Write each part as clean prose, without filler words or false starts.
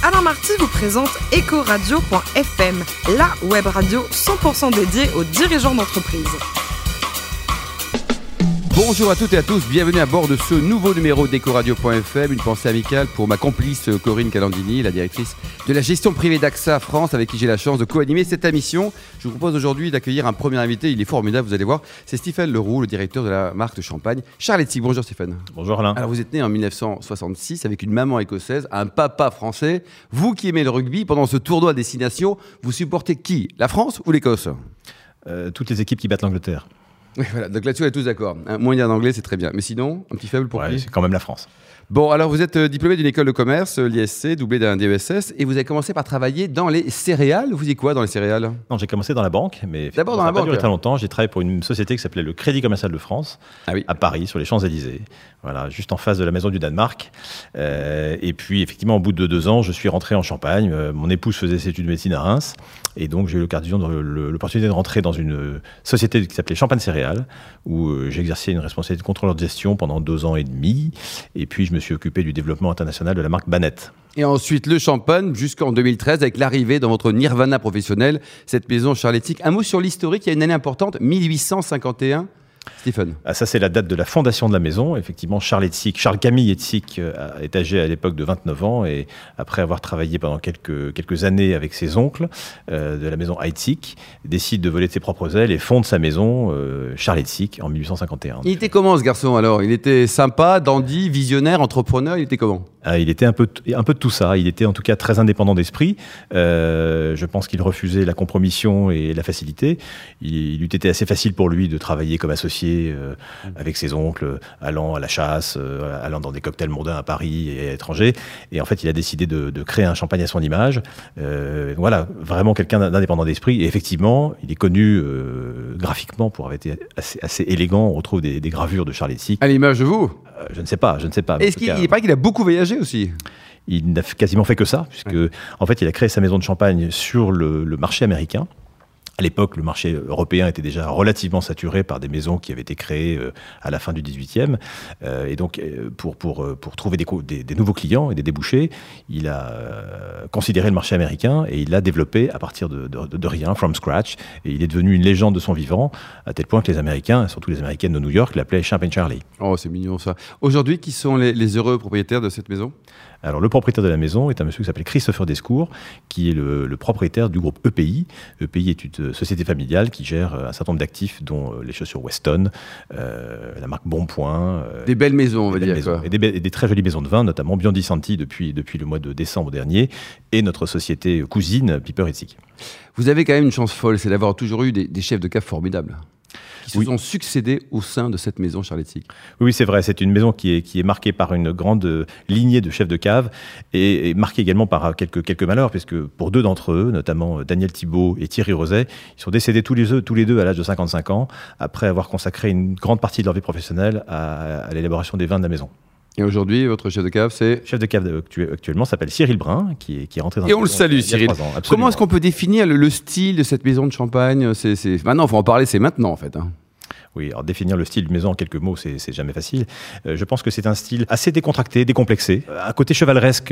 Alain Marty vous présente Ecoradio.fm, la web radio 100% dédiée aux dirigeants d'entreprise. Bonjour à toutes et à tous, bienvenue à bord de ce nouveau numéro d'Ecoradio.fm. Une pensée amicale pour ma complice Corinne Calandini, la directrice de la gestion privée d'AXA France, avec qui j'ai la chance de co-animer cette émission. Je vous propose aujourd'hui d'accueillir un premier invité, il est formidable, vous allez voir. C'est Stéphane Leroux, le directeur de la marque de champagne Charletti. Bonjour Stéphane. Bonjour Alain. Alors vous êtes né en 1966 avec une maman écossaise, un papa français. Vous qui aimez le rugby, pendant ce tournoi à destination, vous supportez qui? La France ou l'Écosse? Toutes les équipes qui battent l'Angleterre. Oui, voilà, donc là-dessus on est tous d'accord. Moyen d'anglais c'est très bien, mais sinon, un petit faible pour qui? C'est quand même la France. Bon, alors vous êtes diplômé d'une école de commerce, l'ISC, doublé d'un DESS, et vous avez commencé par travailler dans les céréales. Vous faisiez quoi dans les céréales? Non, j'ai commencé dans la banque, mais d'abord dans ça la n'a pas banque. duré très longtemps. J'ai travaillé pour une société qui s'appelait le Crédit Commercial de France, à Paris, sur les Champs-Élysées, voilà, juste en face de la Maison du Danemark. Et puis, effectivement, au bout de 2 ans, je suis rentré en Champagne. Mon épouse faisait ses études de médecine à Reims, et donc j'ai eu l'opportunité de rentrer dans une société qui s'appelait Champagne Céréales, où j'ai exercé une responsabilité de contrôleur de gestion pendant 2 ans et demi, et puis je me suis occupé du développement international de la marque Banette. Et ensuite le champagne jusqu'en 2013 avec l'arrivée dans votre nirvana professionnel, cette maison Charletti. Un mot sur l'historique, il y a une année importante, 1851. Stéphane. Ça, c'est la date de la fondation de la maison. Effectivement, Charles Camille Etzik est âgé à l'époque de 29 ans et après avoir travaillé pendant quelques années avec ses oncles de la maison Etzik, décide de voler de ses propres ailes et fonde sa maison, Charles Etzik, en 1851. Il était comment ce garçon alors? Il était sympa, dandy, visionnaire, entrepreneur, il était comment? Il était un peu de tout ça. Il était en tout cas très indépendant d'esprit. Je pense qu'il refusait la compromission et la facilité. Il eût été assez facile pour lui de travailler comme associé avec ses oncles, allant à la chasse, allant dans des cocktails mondains à Paris et à l'étranger. Et en fait, il a décidé de créer un champagne à son image. Voilà, vraiment quelqu'un d'indépendant d'esprit. Et effectivement, il est connu graphiquement pour avoir été assez élégant. On retrouve des gravures de Charles Etzik. À l'image de vous? Je ne sais pas. Il paraît qu'il a beaucoup voyagé aussi. Il n'a quasiment fait que ça, puisque en fait, il a créé sa maison de champagne sur le marché américain. À l'époque, le marché européen était déjà relativement saturé par des maisons qui avaient été créées à la fin du XVIIIe. Et donc, pour trouver des nouveaux clients et des débouchés, il a considéré le marché américain et il l'a développé à partir de rien, from scratch. Et il est devenu une légende de son vivant, à tel point que les Américains, surtout les Américaines de New York, l'appelaient Champagne Charlie. Oh, c'est mignon ça. Aujourd'hui, qui sont les heureux propriétaires de cette maison? Alors, le propriétaire de la maison est un monsieur qui s'appelle Christopher Descours, qui est le propriétaire du groupe EPI. EPI est une société familiale qui gère un certain nombre d'actifs, dont les chaussures Weston, la marque Bonpoint. Des belles maisons, on va dire. Maisons, et des très jolies maisons de vin, notamment Biondi Santi depuis le mois de décembre dernier, et notre société cousine, Piper Etzik. Vous avez quand même une chance folle, c'est d'avoir toujours eu des chefs de cave formidables qui se sont succédés au sein de cette maison Charles Etzik. Oui, c'est vrai. C'est une maison qui est marquée par une grande lignée de chefs de cave et marquée également par quelques malheurs, puisque pour 2 d'entre eux, notamment Daniel Thibault et Thierry Roset, ils sont décédés tous les deux à l'âge de 55 ans, après avoir consacré une grande partie de leur vie professionnelle à l'élaboration des vins de la maison. Et aujourd'hui, votre chef de cave, c'est... Chef de cave actuellement s'appelle Cyril Brun, qui est rentré dans Et on le salue, Cyril. Comment est-ce qu'on peut définir le style de cette maison de champagne? Maintenant, il faut en parler, c'est maintenant en fait. Oui, alors définir le style d'une maison en quelques mots, c'est jamais facile. Je pense que c'est un style assez décontracté, décomplexé. Un côté chevaleresque,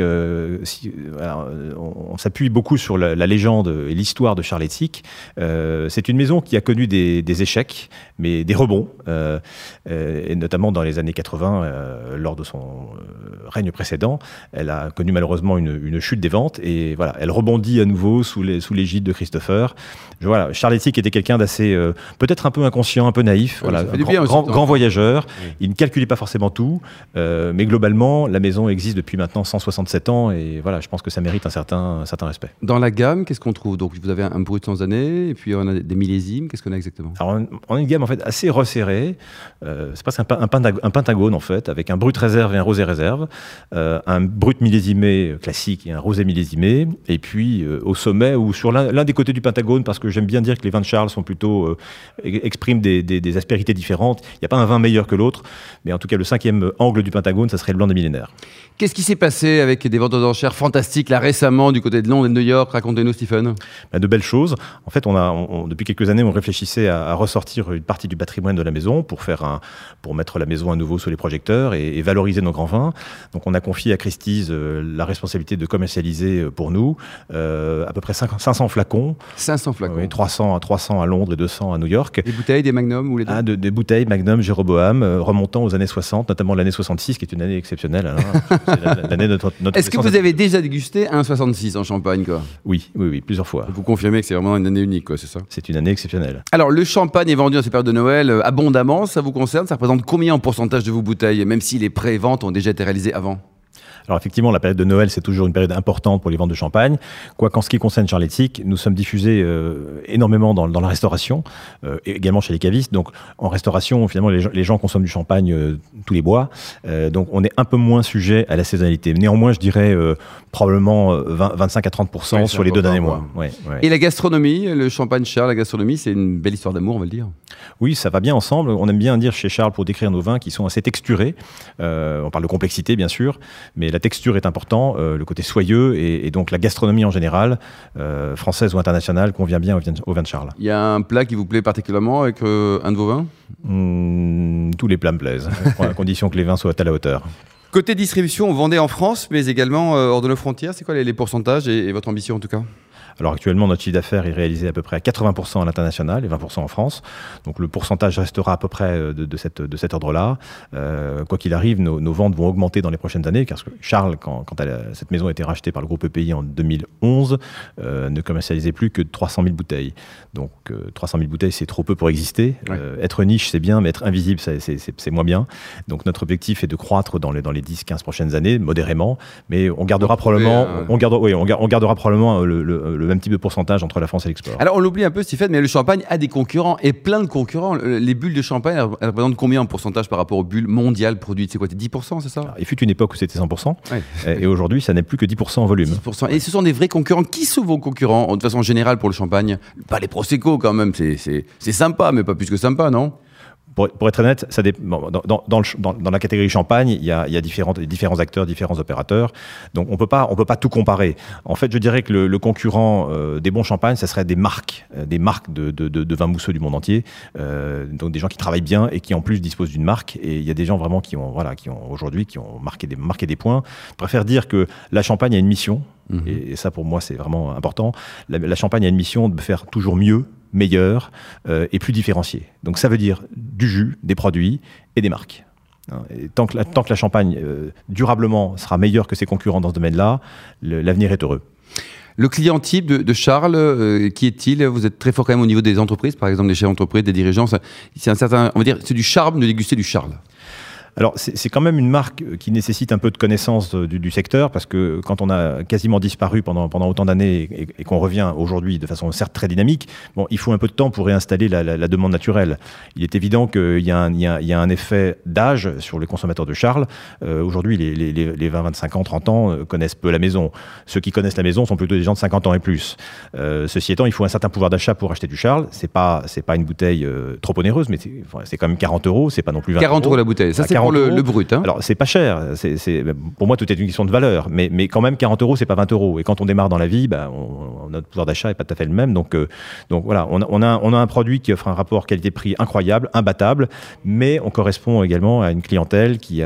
on s'appuie beaucoup sur la légende et l'histoire de Charles Etzik. C'est une maison qui a connu des échecs, mais des rebonds, et notamment dans les années 80, lors de son règne précédent. Elle a connu malheureusement une chute des ventes, et voilà, elle rebondit à nouveau sous l'égide de Christopher. Voilà, Charles Etzik était quelqu'un d'assez, peut-être un peu inconscient, un peu naïf. Voilà, grand voyageur. Oui. Il ne calculait pas forcément tout, mais globalement, la maison existe depuis maintenant 167 ans et voilà, je pense que ça mérite un certain respect. Dans la gamme, qu'est-ce qu'on trouve? Donc, vous avez un brut sans année et puis on a des millésimes. Qu'est-ce qu'on a exactement? Alors, on a une gamme en fait assez resserrée. C'est presque un pentagone en fait, avec un brut réserve et un rosé réserve, un brut millésimé classique et un rosé millésimé. Et puis au sommet ou sur l'un des côtés du pentagone, parce que j'aime bien dire que les vins de Charles sont plutôt expriment des des aspérités différentes. Il n'y a pas un vin meilleur que l'autre, mais en tout cas, le 5e angle du Pentagone, ça serait le blanc des millénaires. Qu'est-ce qui s'est passé avec des ventes aux enchères fantastiques là récemment du côté de Londres et de New York? Racontez-nous, Stephen. De belles choses. En fait, depuis quelques années, on réfléchissait à ressortir une partie du patrimoine de la maison pour mettre la maison à nouveau sous les projecteurs et valoriser nos grands vins. Donc, on a confié à Christie's la responsabilité de commercialiser pour nous à peu près 500 flacons. 500 flacons. Oui, 300 à Londres et 200 à New York. Des bouteilles, des Magnum ou les deux? Des bouteilles Magnum, Jéroboam, remontant aux années 60, notamment l'année 66, qui est une année exceptionnelle. L'année de notre Est-ce que vous avez déjà dégusté un 66 en Champagne, quoi? Oui, plusieurs fois. Vous confirmez que c'est vraiment une année unique, quoi, c'est ça? C'est une année exceptionnelle. Alors, le champagne est vendu en cette période de Noël abondamment, ça vous concerne? Ça représente combien en pourcentage de vos bouteilles, même si les pré-ventes ont déjà été réalisées avant? Alors effectivement, la période de Noël, c'est toujours une période importante pour les ventes de champagne. Quoiqu'en ce qui concerne Charles Ethique, nous sommes diffusés énormément dans la restauration, et également chez les cavistes. Donc en restauration, finalement, les gens consomment du champagne tous les bois. Donc on est un peu moins sujet à la saisonnalité. Néanmoins, je dirais probablement 25 à 30% sur les 2 derniers mois. Ouais. Et la gastronomie, le champagne Charles, la gastronomie, c'est une belle histoire d'amour, on va le dire. Oui, ça va bien ensemble. On aime bien dire chez Charles, pour décrire nos vins, qui sont assez texturés. On parle de complexité, bien sûr, mais la texture est important, le côté soyeux, et donc la gastronomie en général, française ou internationale, convient bien au vin de Charles. Il y a un plat qui vous plaît particulièrement avec un de vos vins? Tous les plats me plaisent, à condition que les vins soient à la hauteur. Côté distribution, vous vendez en France, mais également hors de nos frontières. C'est quoi les pourcentages et votre ambition en tout cas? Alors actuellement, notre chiffre d'affaires est réalisé à peu près à 80% à l'international et 20% en France. Donc le pourcentage restera à peu près de cet ordre-là. Quoi qu'il arrive, nos ventes vont augmenter dans les prochaines années, car Charles, quand cette maison a été rachetée par le groupe EPI en 2011, ne commercialisait plus que 300 000 bouteilles. Donc 300 000 bouteilles, c'est trop peu pour exister. Ouais. Être niche, c'est bien, mais être invisible, c'est moins bien. Donc notre objectif est de croître dans les 10-15 prochaines années, modérément, mais on gardera probablement, on gardera probablement le même type de pourcentage entre la France et l'export. Alors on l'oublie un peu, Stéphane, mais le champagne a des concurrents, et plein de concurrents. Les bulles de champagne, elles représentent combien en pourcentage par rapport aux bulles mondiales produites? C'est quoi, c'est 10%, c'est ça? Alors, il fut une époque où c'était 100%, et aujourd'hui ça n'est plus que 10% en volume. 10%. Et ce sont des vrais concurrents. Qui sont vos concurrents, de façon générale, pour le champagne? Pas les Prosecco quand même, c'est sympa, mais pas plus que sympa, non? Pour être honnête, ça dans la catégorie champagne, il y a différents acteurs, différents opérateurs. Donc on peut pas tout comparer. En fait, je dirais que le concurrent des bons champagnes, ça serait des marques de vins mousseux du monde entier. Donc des gens qui travaillent bien et qui en plus disposent d'une marque. Et il y a des gens vraiment qui ont aujourd'hui marqué des points. Je préfère dire que la Champagne a une mission. Et ça, pour moi, c'est vraiment important. La Champagne a une mission de faire toujours mieux, meilleur et plus différencié. Donc ça veut dire du jus, des produits et des marques. Et tant que la Champagne durablement sera meilleure que ses concurrents dans ce domaine-là, l'avenir est heureux. Le client type de Charles, qui est-il? Vous êtes très fort quand même au niveau des entreprises, par exemple des chefs d'entreprise, des dirigeants. C'est un certain, on va dire, c'est du charme de déguster du Charles. Alors, c'est quand même une marque qui nécessite un peu de connaissance du secteur, parce que quand on a quasiment disparu pendant autant d'années et qu'on revient aujourd'hui de façon certes très dynamique, bon, il faut un peu de temps pour réinstaller la demande naturelle. Il est évident qu'il y a un effet d'âge sur les consommateurs de Charles. Aujourd'hui, les 20, 25 ans, 30 ans connaissent peu la maison. Ceux qui connaissent la maison sont plutôt des gens de 50 ans et plus. Ceci étant, il faut un certain pouvoir d'achat pour acheter du Charles. C'est pas une bouteille trop onéreuse, mais c'est quand même 40 €, c'est pas non plus 20 €. 40 € la bouteille, ça c'est pour le brut. Hein. Alors, c'est pas cher. Pour moi, tout est une question de valeur. Mais quand même, 40 €, c'est pas 20 €. Et quand on démarre dans la vie, notre pouvoir d'achat n'est pas tout à fait le même. Donc voilà, on a un produit qui offre un rapport qualité-prix incroyable, imbattable, mais on correspond également à une clientèle qui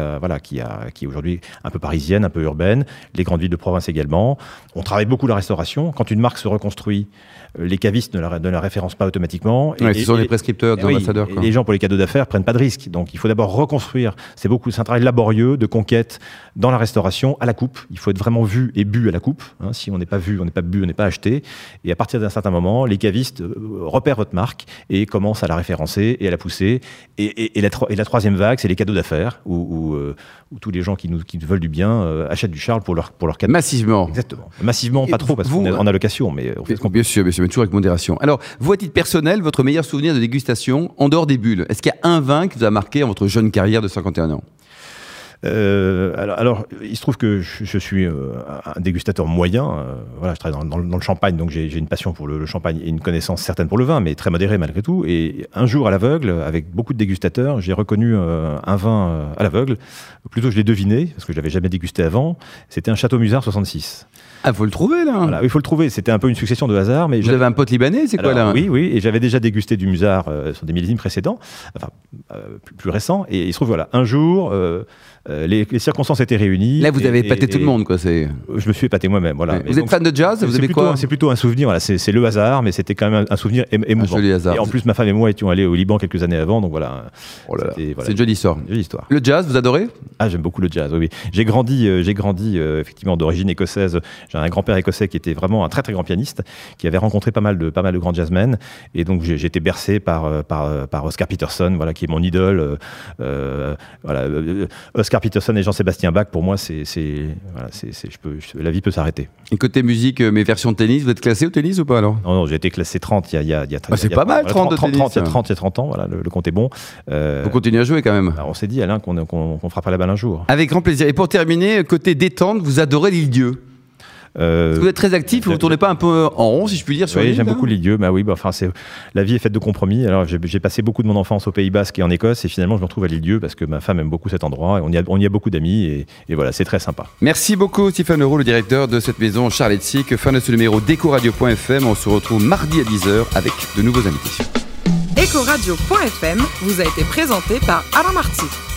est aujourd'hui un peu parisienne, un peu urbaine, les grandes villes de province également. On travaille beaucoup la restauration. Quand une marque se reconstruit, les cavistes ne la référencent pas automatiquement. Ce sont les prescripteurs, des ambassadeurs. Et les gens, pour les cadeaux d'affaires, prennent pas de risques. Donc il faut d'abord reconstruire. C'est un travail laborieux de conquête dans la restauration à la coupe. Il faut être vraiment vu et bu à la coupe. Si on n'est pas vu, on n'est pas bu, on n'est pas acheté. Et à partir d'un certain moment, les cavistes repèrent votre marque et commencent à la référencer et à la pousser. Et la troisième vague, c'est les cadeaux d'affaires, où tous les gens qui veulent du bien achètent du Charles pour leur cadeau. Massivement. Exactement. Massivement, pas trop, parce qu'on est en allocation, mais on fait ce qu'on peut. Bien sûr, mais toujours avec modération. Alors, vous, à titre personnel, votre meilleur souvenir de dégustation, en dehors des bulles, est-ce qu'il y a un vin qui vous a marqué en votre jeune carrière de 51 ans? Alors, il se trouve que je suis un dégustateur moyen. Voilà, je travaille dans le champagne, donc j'ai une passion pour le champagne et une connaissance certaine pour le vin, mais très modérée malgré tout. Et un jour, à l'aveugle, avec beaucoup de dégustateurs, j'ai reconnu un vin à l'aveugle. Plutôt, je l'ai deviné, parce que je l'avais jamais dégusté avant. C'était un Château Musard 66. Ah, faut le trouver là. Voilà, il faut le trouver. C'était un peu une succession de hasard, mais vous avez un pote libanais, c'est quoi là? Oui, et j'avais déjà dégusté du Musard sur des millésimes précédents, enfin plus récents. Et il se trouve, voilà, un jour, les circonstances étaient réunies. Là, vous avez épaté tout le monde, quoi. Je me suis épaté moi-même, voilà. Vous êtes fan de jazz? Vous avez quoi? C'est plutôt un souvenir. Voilà, c'est le hasard, mais c'était quand même un souvenir émouvant. Un joli hasard. Et en plus, ma femme et moi étions allés au Liban quelques années avant, donc voilà. Oh là là. Voilà. C'est une jolie histoire. Le jazz, vous adorez? Ah, j'aime beaucoup le jazz. Oui. J'ai grandi effectivement d'origine écossaise. J'ai un grand-père écossais qui était vraiment un très très grand pianiste, qui avait rencontré pas mal de grands jazzmen, et donc j'ai été bercé par Oscar Peterson, voilà, qui est mon idole. Oscar Peterson et Jean-Sébastien Bach, pour moi, la vie peut s'arrêter. Et côté musique, mes versions de tennis, vous êtes classé au tennis ou pas alors? Non, j'ai été classé 30 il y a c'est pas mal, 30 de tennis. Il y a 30 ans, voilà, le compte est bon. Vous continuez à jouer quand même. On s'est dit, Alain, qu'on frappera la balle un jour. Avec grand plaisir. Et pour terminer, côté détente, vous adorez l'Île-Dieu? Vous êtes très actif, vous ne tournez pas un peu en rond, si je puis dire, sur l'île? Oui, j'aime beaucoup l'Île-Dieu. La vie est faite de compromis. Alors, j'ai passé beaucoup de mon enfance au Pays Basque et en Écosse, et finalement, je me retrouve à l'Île-Dieu parce que ma femme aime beaucoup cet endroit. Et on y a beaucoup d'amis, et voilà, c'est très sympa. Merci beaucoup, Stéphane Leroux, le directeur de cette maison Charles Sick. Fin de ce numéro d'Ecoradio.fm. On se retrouve mardi à 10h avec de nouveaux invités. Ecoradio.fm vous a été présenté par Alain Marty.